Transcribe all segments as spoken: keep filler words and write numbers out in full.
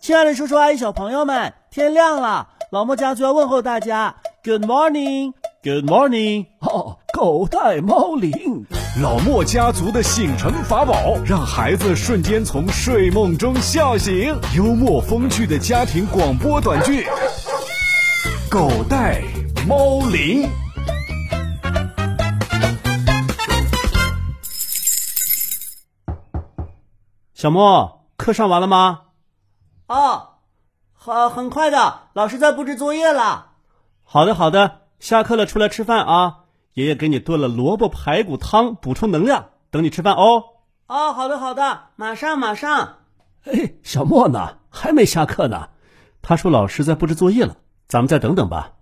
亲爱的叔叔阿姨小朋友们，天亮了，老莫家族要问候大家 Good morning Good morning 哦，狗带猫铃， 老莫家族的醒神法宝，让孩子瞬间从睡梦中笑醒，幽默风趣的家庭广播短剧狗带猫铃。 小莫，课上完了吗？ 哦，好，很快的，老师在布置作业了。 好的好的，下课了出来吃饭啊，爷爷给你炖了萝卜排骨汤，补充能量，等你吃饭哦。 哦，好的好的，马上马上。 哎，小莫呢？还没下课呢。 他说老师在布置作业了，咱们再等等吧。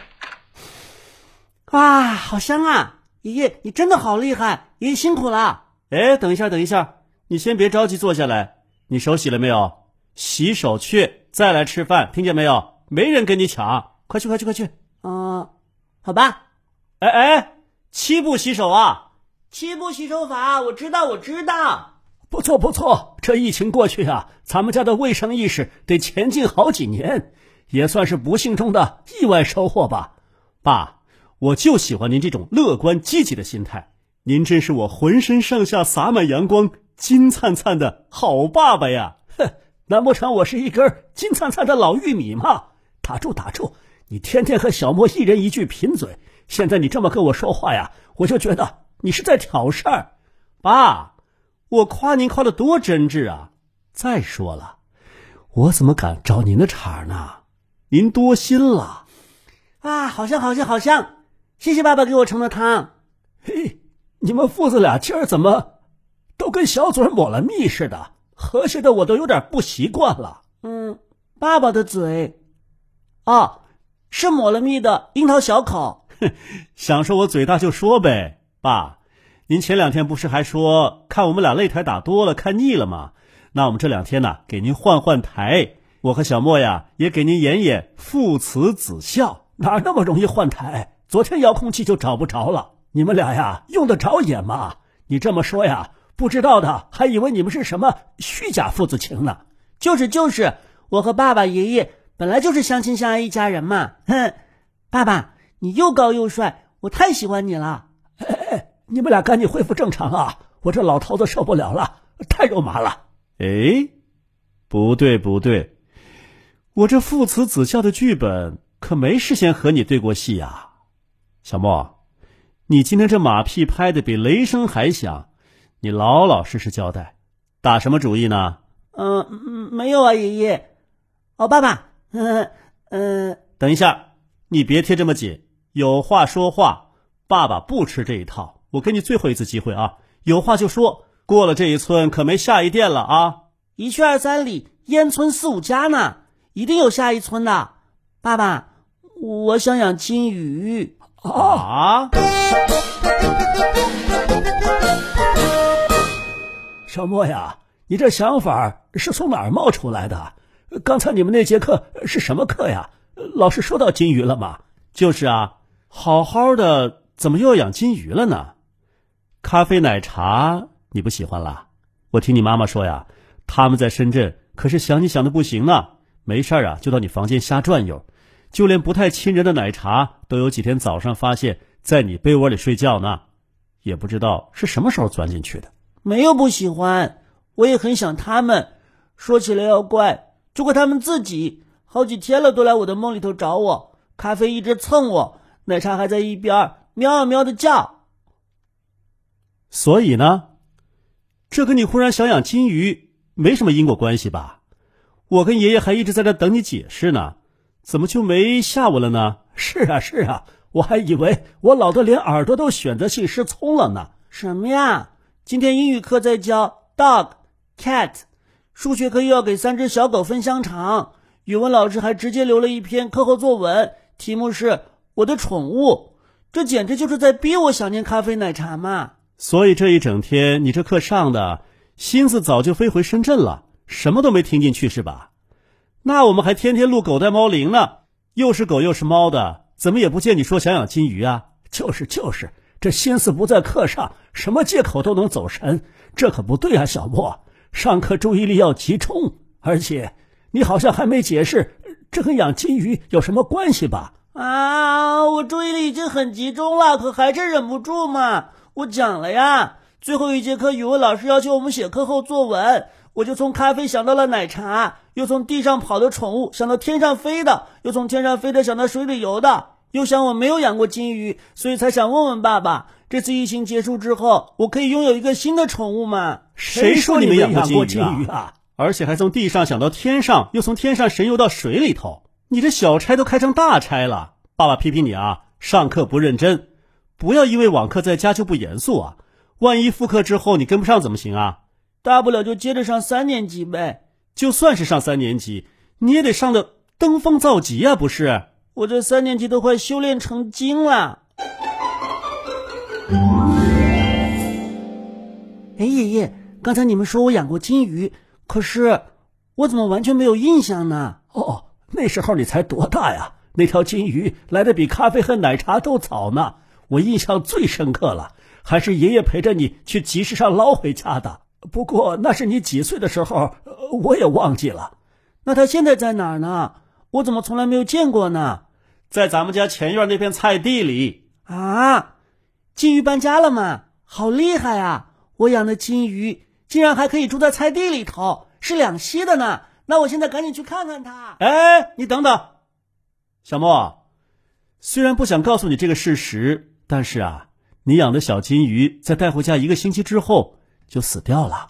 哇，好香啊！爷爷，你真的好厉害，爷爷辛苦了。 哎，等一下等一下，你先别着急坐下来，你手洗了没有？洗手去，再来吃饭，听见没有？没人跟你抢，快去快去快去。 嗯、呃，好吧。 哎哎，七步洗手啊！ 七步洗手法，我知道我知道。 不错不错，这疫情过去啊，咱们家的卫生意识得前进好几年，也算是不幸中的意外收获吧。 爸，我就喜欢您这种乐观积极的心态，您真是我浑身上下洒满阳光、金灿灿的好爸爸呀！ 哼，难不成我是一根金灿灿的老玉米吗？打住打住，你天天和小莫一人一句贫嘴，现在你这么跟我说话呀，我就觉得你是在挑事儿。 爸，我夸您夸得多真挚啊！再说了，我怎么敢找您的茬呢？您多心了啊！好香好香好香，谢谢爸爸给我盛的汤。 嘿，你们父子俩今儿怎么都跟小嘴抹了蜜似的，和谐的我都有点不习惯了。 嗯，爸爸的嘴哦，是抹了蜜的樱桃小口。 想说我嘴大就说呗。爸，您前两天不是还说看我们俩擂台打多了看腻了吗？那我们这两天呢，给您换换台，我和小莫呀也给您演演父慈子孝。 哪那么容易换台？昨天遥控器就找不着了，你们俩呀用得着演吗？你这么说呀，不知道的还以为你们是什么虚假父子情呢。 就是就是，我和爸爸爷爷本来就是相亲相爱一家人嘛。哼，爸爸，你又高又帅，我太喜欢你了。 哎哎，你们俩赶紧恢复正常啊！我这老头子受不了了，太肉麻了。 哎，不对不对，我这父慈子孝的剧本可没事先和你对过戏呀。小莫，你今天这马屁拍得比雷声还响，你老老实实交代，打什么主意呢？ 嗯、呃，没有啊，爷爷。哦，爸爸，嗯、呃、嗯、呃， 等一下，你别贴这么紧，有话说话，爸爸不吃这一套。我给你最后一次机会啊，有话就说，过了这一村可没下一店了啊！ 一去二三里，烟村四五家呢，一定有下一村的。爸爸，我想养金鱼啊！ 小莫呀，你这想法是从哪儿冒出来的？刚才你们那节课是什么课呀？老师说到金鱼了吗？ 就是啊，好好的怎么又要养金鱼了呢？咖啡奶茶你不喜欢了？我听你妈妈说呀，他们在深圳可是想你想的不行呢，没事啊就到你房间瞎转悠，就连不太亲人的奶茶都有几天早上发现在你被窝里睡觉呢，也不知道是什么时候钻进去的。 没有不喜欢，我也很想他们。说起来要怪，就怪他们自己，好几天了都来我的梦里头找我，咖啡一直蹭我，奶茶还在一边喵啊喵的叫。 所以呢，这跟你忽然想养金鱼没什么因果关系吧？我跟爷爷还一直在这等你解释呢，怎么就没下文了呢？ 是啊是啊，我还以为我老得连耳朵都选择性失聪了呢。 什么呀？今天英语课在教 dog cat， 数学课又要给三只小狗分香肠，语文老师还直接留了一篇课后作文，题目是我的宠物，这简直就是在逼我想念咖啡奶茶嘛。 所以这一整天你这课上的心思早就飞回深圳了，什么都没听进去是吧？那我们还天天录狗带猫铃呢，又是狗又是猫的，怎么也不见你说想养金鱼啊？ 就是就是这心思不在课上，什么借口都能走神，这可不对啊，小莫。上课注意力要集中，而且你好像还没解释，这跟养金鱼有什么关系吧？ 啊，我注意力已经很集中了，可还是忍不住嘛。我讲了呀，最后一节课语文老师要求我们写课后作文，我就从咖啡想到了奶茶，又从地上跑的宠物想到天上飞的，又从天上飞的想到水里游的，又想我没有养过金鱼，所以才想问问爸爸，这次疫情结束之后，我可以拥有一个新的宠物吗？ 谁说你没养过金鱼啊？ 金鱼啊？ 而且还从地上想到天上，又从天上神游到水里头，你这小差都开成大差了。爸爸批评你啊，上课不认真，不要因为网课在家就不严肃啊。万一复课之后你跟不上怎么行啊？ 大不了就接着上三年级呗。 就算是上三年级，你也得上的登峰造极啊，不是？ 我这三年级都快修炼成精了。哎，爷爷，刚才你们说我养过金鱼，可是我怎么完全没有印象呢？ 哦，那时候你才多大呀？那条金鱼来的比咖啡和奶茶都早呢。我印象最深刻了，还是爷爷陪着你去集市上捞回家的。不过那是你几岁的时候，我也忘记了。 那他现在在哪儿呢？我怎么从来没有见过呢？ 在咱们家前院那片菜地里。 啊，金鱼搬家了吗？好厉害啊！我养的金鱼竟然还可以住在菜地里头，是两栖的呢。那我现在赶紧去看看它。 哎，你等等，小莫，虽然不想告诉你这个事实，但是啊，你养的小金鱼在带回家一个星期之后就死掉了。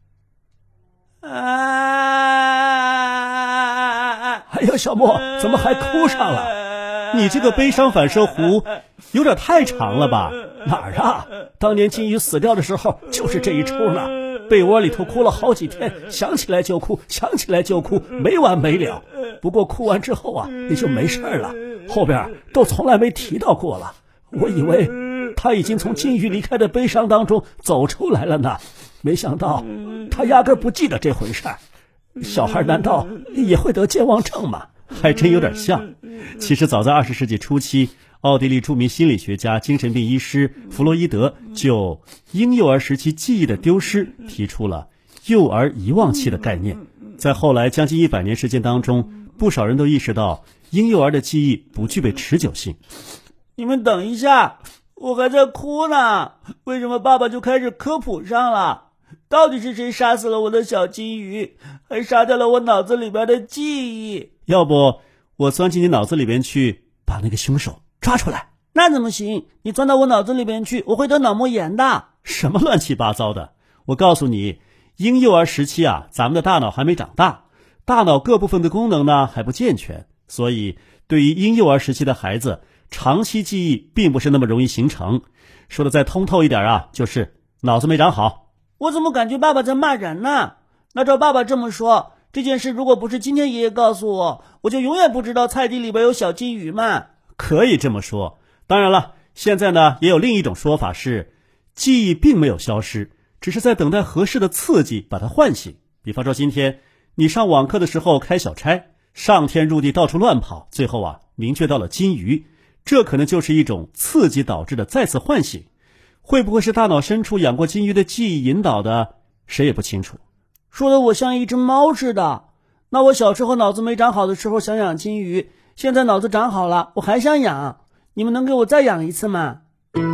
啊！ 哎呦，小莫，怎么还哭上了？ 你这个悲伤反射弧有点太长了吧？ 哪儿啊？当年金鱼死掉的时候就是这一出呢，被窝里头哭了好几天，想起来就哭，想起来就哭，没完没了。不过哭完之后啊，也就没事了，后边都从来没提到过了。我以为他已经从金鱼离开的悲伤当中走出来了呢，没想到他压根不记得这回事儿。小孩难道也会得健忘症吗？ 还真有点像。其实早在二十世纪初期，奥地利著名心理学家、精神病医师弗洛伊德就婴幼儿时期记忆的丢失提出了幼儿遗忘期的概念。在后来将近一百年时间当中，不少人都意识到婴幼儿的记忆不具备持久性。 你们等一下，我还在哭呢，为什么爸爸就开始科普上了？到底是谁杀死了我的小金鱼，还杀掉了我脑子里边的记忆？ 要不我钻进你脑子里边去，把那个凶手抓出来？ 那怎么行？你钻到我脑子里边去，我会得脑膜炎的。 什么乱七八糟的？我告诉你，婴幼儿时期啊，咱们的大脑还没长大，大脑各部分的功能呢还不健全，所以对于婴幼儿时期的孩子，长期记忆并不是那么容易形成。说的再通透一点啊，就是脑子没长好。 我怎么感觉爸爸在骂人呢？那照爸爸这么说，这件事如果不是今天爷爷告诉我，我就永远不知道菜地里边有小金鱼嘛。 可以这么说。当然了，现在呢也有另一种说法是，记忆并没有消失，只是在等待合适的刺激把它唤醒。比方说今天你上网课的时候开小差，上天入地到处乱跑，最后啊明确到了金鱼，这可能就是一种刺激导致的再次唤醒。会不会是大脑深处养过金鱼的记忆引导的，谁也不清楚。 说的我像一只猫似的。那我小时候脑子没长好的时候想养金鱼，现在脑子长好了，我还想养，你们能给我再养一次吗？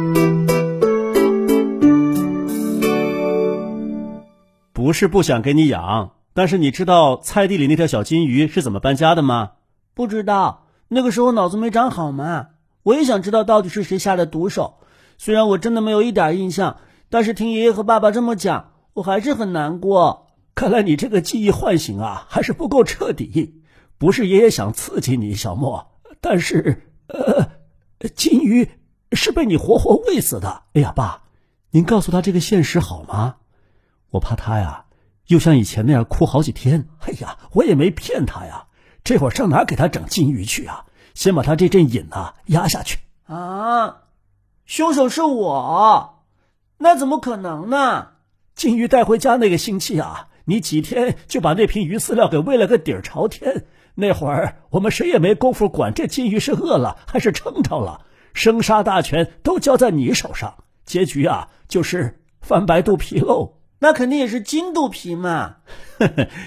不是不想给你养，但是你知道菜地里那条小金鱼是怎么搬家的吗？ 不知道，那个时候脑子没长好嘛。我也想知道到底是谁下的毒手，虽然我真的没有一点印象，但是听爷爷和爸爸这么讲，我还是很难过。 看来你这个记忆唤醒啊，还是不够彻底。不是爷爷想刺激你，小莫，但是，呃，金鱼是被你活活喂死的。哎呀，爸，您告诉他这个现实好吗？我怕他呀，又像以前那样哭好几天。哎呀，我也没骗他呀，这会儿上哪给他整金鱼去啊？先把他这阵瘾啊压下去。 啊，凶手是我？那怎么可能呢？ 金鱼带回家那个星期啊，你几天就把那瓶鱼饲料给喂了个底儿朝天。那会儿我们谁也没工夫管这金鱼是饿了还是撑着了，生杀大权都交在你手上，结局啊就是翻白肚皮喽。 那肯定也是金肚皮嘛。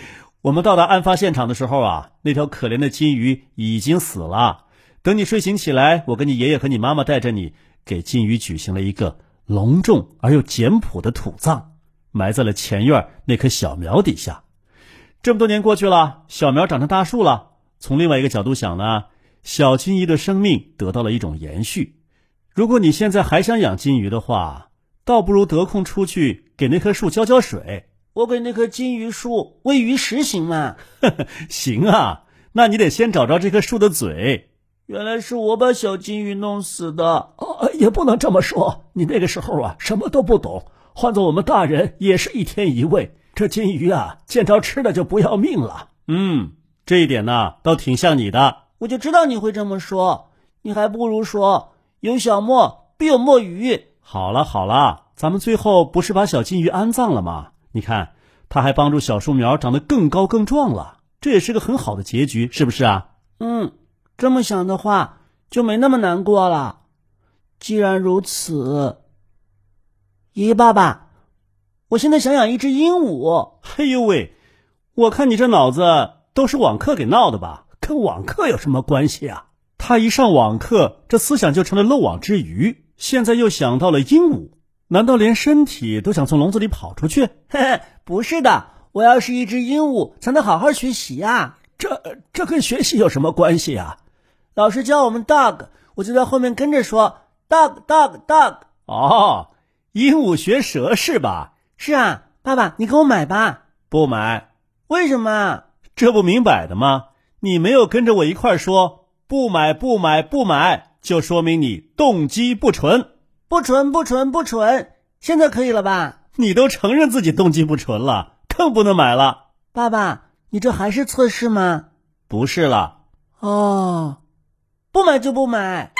我们到达案发现场的时候啊，那条可怜的金鱼已经死了。等你睡醒起来，我跟你爷爷和你妈妈带着你，给金鱼举行了一个隆重而又简朴的土葬，埋在了前院那棵小苗底下。这么多年过去了，小苗长成大树了。从另外一个角度想呢，小金鱼的生命得到了一种延续。如果你现在还想养金鱼的话，倒不如得空出去给那棵树浇浇水。 我给那棵金鱼树喂鱼食行吗？ 行啊，那你得先找着这棵树的嘴。 原来是我把小金鱼弄死的。 哦，也不能这么说，你那个时候啊什么都不懂，换做我们大人也是一天一喂，这金鱼啊见着吃的就不要命了。 嗯，这一点呢倒挺像你的。 我就知道你会这么说，你还不如说有小莫必有莫鱼。 好了好了，咱们最后不是把小金鱼安葬了吗？你看，它还帮助小树苗长得更高更壮了，这也是个很好的结局，是不是啊？ 嗯，这么想的话就没那么难过了。既然如此，爷爷爸爸，我现在想养一只鹦鹉。 哎呦喂，我看你这脑子都是网课给闹的吧？ 跟网课有什么关系啊？ 他一上网课，这思想就成了漏网之鱼，现在又想到了鹦鹉，难道连身体都想从笼子里跑出去？ 嘿嘿，不是的，我要是一只鹦鹉才能好好学习啊。 这这跟学习有什么关系啊？ 老师教我们 dog， 我就在后面跟着说 dog dog dog。 哦，鹦鹉学舌是吧？ 是啊，爸爸你给我买吧。 不买。 为什么？ 这不明摆的吗？你没有跟着我一块说不买不买不买，就说明你动机不纯。 不纯不纯不纯，现在可以了吧？ 你都承认自己动机不纯了，更不能买了。 爸爸，你这还是测试吗？ 不是了。 哦，不买就不买。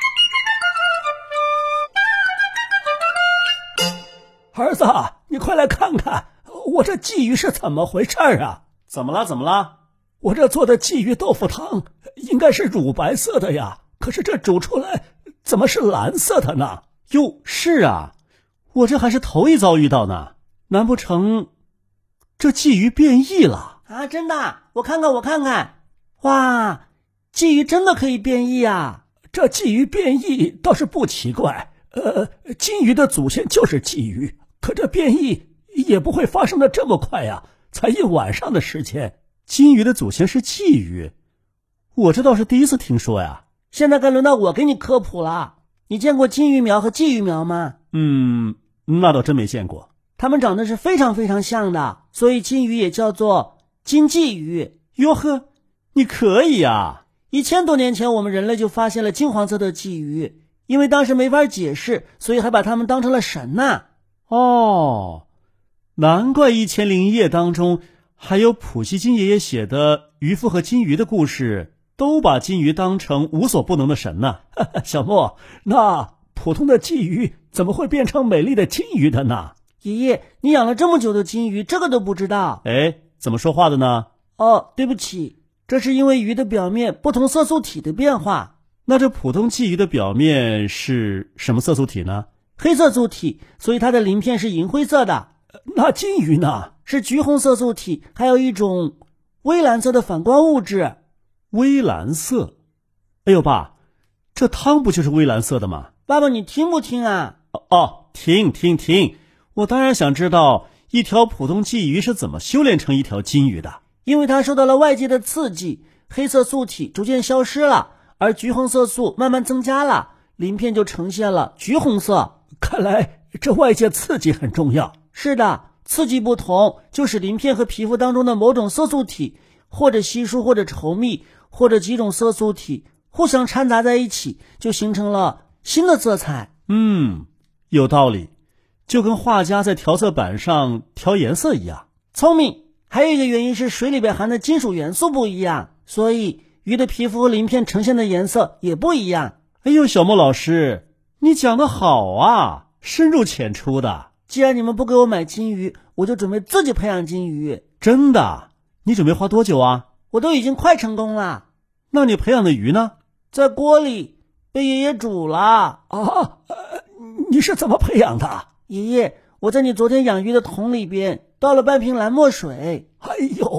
儿子，你快来看看，我这鲫鱼是怎么回事啊？ 怎么了怎么了？ 我这做的鲫鱼豆腐汤应该是乳白色的呀，可是这煮出来怎么是蓝色的呢？ 哟，是啊，我这还是头一遭遇到呢。难不成这鲫鱼变异了啊？真的？我看看我看看。哇，鲫鱼真的可以变异啊！ 这鲫鱼变异倒是不奇怪，呃，金鱼的祖先就是鲫鱼，可这变异也不会发生的这么快呀，才一晚上的时间。 金鱼的祖先是鲫鱼，我这倒是第一次听说呀。 现在该轮到我给你科普了。你见过金鱼苗和鲫鱼苗吗？ 嗯，那倒真没见过。 它们长得是非常非常像的，所以金鱼也叫做金鲫鱼。 哟呵，你可以啊！ 一千多年前，我们人类就发现了金黄色的鲫鱼，因为当时没法解释，所以还把它们当成了神呢。 哦，难怪《一千零一夜》当中还有普希金爷爷写的渔夫和金鱼的故事，都把金鱼当成无所不能的神呢。 小莫，那普通的鲫鱼怎么会变成美丽的金鱼的呢？ 爷爷，你养了这么久的金鱼，这个都不知道？ 哎，怎么说话的呢？ 哦，对不起，这是因为鱼的表面不同色素体的变化。 那这普通鲫鱼的表面是什么色素体呢？ 黑色素体，所以它的鳞片是银灰色的。 那金鱼呢？ 是橘红色素体，还有一种微蓝色的反光物质。 微蓝色？哎呦爸，这汤不就是微蓝色的吗？ 爸爸，你听不听啊？ 哦哦，听听听，我当然想知道一条普通鲫鱼是怎么修炼成一条金鱼的。 因为它受到了外界的刺激，黑色素体逐渐消失了，而橘红色素慢慢增加了，鳞片就呈现了橘红色。 看来这外界刺激很重要。 是的，刺激不同，就使鳞片和皮肤当中的某种色素体，或者稀疏或者稠密，或者几种色素体互相掺杂在一起，就形成了新的色彩。 嗯，有道理，就跟画家在调色板上调颜色一样。 聪明。还有一个原因是水里边含的金属元素不一样，所以鱼的皮肤和鳞片呈现的颜色也不一样。 哎呦，小莫老师，你讲得好啊，深入浅出的。 既然你们不给我买金鱼，我就准备自己培养金鱼。 真的？你准备花多久啊？ 我都已经快成功了。 那你培养的鱼呢？ 在锅里被爷爷煮了。 啊，呃，你是怎么培养的？ 爷爷，我在你昨天养鱼的桶里边倒了半瓶蓝墨水。 哎呦，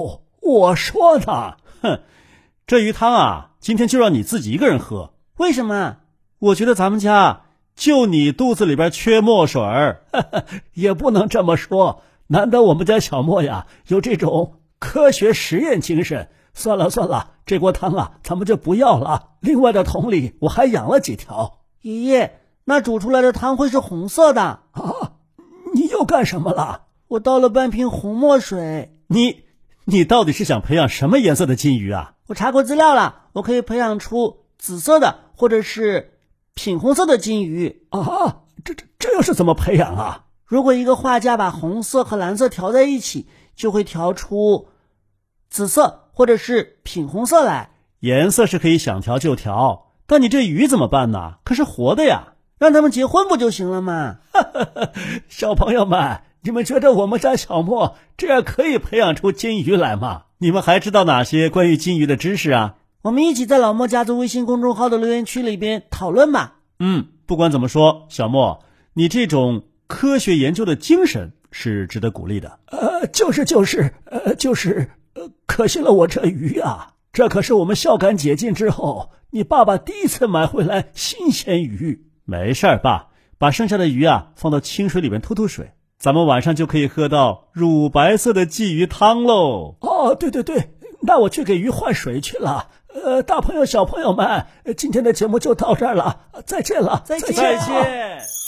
我说的。 哼，这鱼汤啊，今天就让你自己一个人喝。 为什么？ 我觉得咱们家就你肚子里边缺墨水儿。 也不能这么说，难得我们家小莫呀有这种科学实验精神。算了算了，这锅汤啊咱们就不要了。另外的桶里我还养了几条。 爷爷，那煮出来的汤会是红色的啊？你又干什么了？ 我倒了半瓶红墨水。 你你到底是想培养什么颜色的金鱼啊？ 我查过资料了，我可以培养出紫色的或者是品红色的金鱼。 啊，这这这又是怎么培养啊？ 如果一个画家把红色和蓝色调在一起，就会调出紫色或者是品红色来。 颜色是可以想调就调，但你这鱼怎么办呢？可是活的呀， 让他们结婚不就行了吗？ 小朋友们，你们觉得我们家小莫这样可以培养出金鱼来吗？ 你们还知道哪些关于金鱼的知识啊？ 我们一起在老莫家族微信公众号的留言区里边讨论吧。 嗯，不管怎么说，小莫，你这种科学研究的精神是值得鼓励的。 呃，就是就是呃就是呃，可惜了我这鱼啊，这可是我们孝感解禁之后，你爸爸第一次买回来新鲜鱼。 没事儿，爸，把剩下的鱼啊放到清水里面吐吐水，咱们晚上就可以喝到乳白色的鲫鱼汤喽。 哦，对对对，那我去给鱼换水去了。呃，大朋友小朋友们，今天的节目就到这儿了，再见了， 再见， 再见。